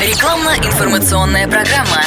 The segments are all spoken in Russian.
Рекламно-информационная программа.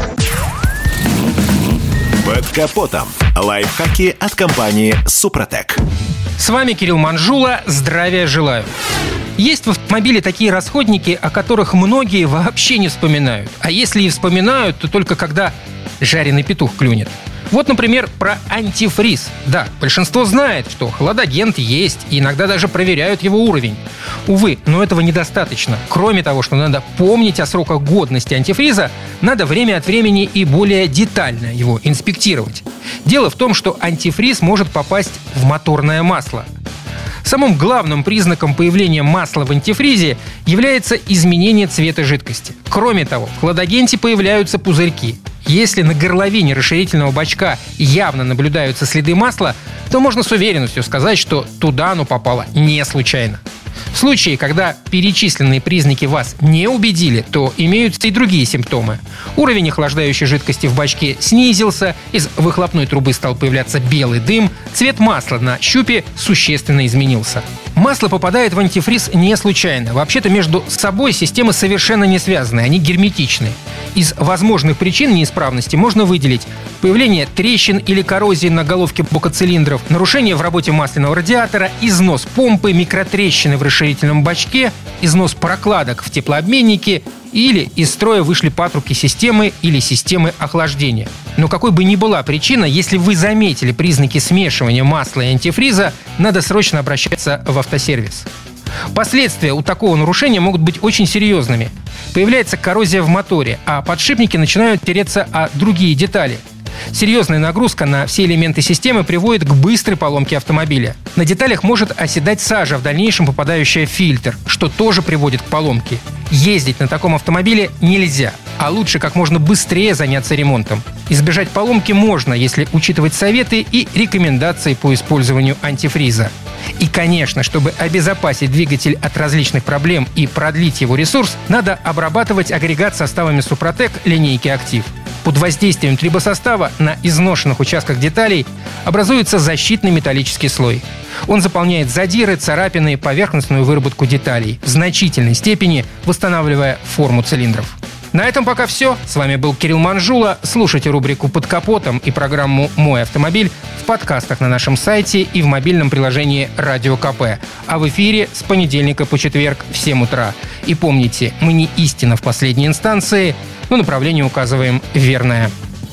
Под капотом. Лайфхаки от компании «Супротек». С вами Кирилл Манжула. Здравия желаю. Есть в автомобиле такие расходники, о которых многие вообще не вспоминают. А если и вспоминают, то только когда жареный петух клюнет. Вот, например, про антифриз. Да, большинство знает, что хладагент есть, и иногда даже проверяют его уровень. Увы, но этого недостаточно. Кроме того, что надо помнить о сроках годности антифриза, надо время от времени и более детально его инспектировать. Дело в том, что антифриз может попасть в моторное масло. Самым главным признаком появления масла в антифризе является изменение цвета жидкости. Кроме того, в хладагенте появляются пузырьки. Если на горловине расширительного бачка явно наблюдаются следы масла, то можно с уверенностью сказать, что туда оно попало не случайно. В случае, когда перечисленные признаки вас не убедили, то имеются и другие симптомы. Уровень охлаждающей жидкости в бачке снизился, из выхлопной трубы стал появляться белый дым, цвет масла на щупе существенно изменился. Масло попадает в антифриз не случайно. Вообще-то между собой системы совершенно не связаны, они герметичны. Из возможных причин неисправности можно выделить появление трещин или коррозии на головке бокоцилиндров, нарушение в работе масляного радиатора, износ помпы, микротрещины в расширительном бачке, износ прокладок в теплообменнике или из строя вышли патрубки системы или системы охлаждения. Но какой бы ни была причина, если вы заметили признаки смешивания масла и антифриза, надо срочно обращаться в автосервис. Последствия у такого нарушения могут быть очень серьезными. Появляется коррозия в моторе, а подшипники начинают тереться о другие детали. Серьезная нагрузка на все элементы системы приводит к быстрой поломке автомобиля. На деталях может оседать сажа, в дальнейшем попадающая в фильтр, что тоже приводит к поломке. Ездить на таком автомобиле нельзя, а лучше как можно быстрее заняться ремонтом. Избежать поломки можно, если учитывать советы и рекомендации по использованию антифриза. И, конечно, чтобы обезопасить двигатель от различных проблем и продлить его ресурс, надо обрабатывать агрегат составами «Супротек» линейки «Актив». Под воздействием трибосостава на изношенных участках деталей образуется защитный металлический слой. Он заполняет задиры, царапины и поверхностную выработку деталей, в значительной степени восстанавливая форму цилиндров. На этом пока все. С вами был Кирилл Манжула. Слушайте рубрику «Под капотом» и программу «Мой автомобиль» в подкастах на нашем сайте и в мобильном приложении «Радио КП». А в эфире с понедельника по четверг в 7 утра. И помните, мы не истина в последней инстанции, но направление указываем верное.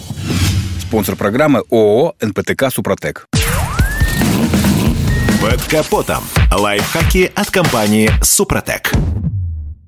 Спонсор программы ООО «НПТК Супротек». Под капотом. Лайфхаки от компании «Супротек».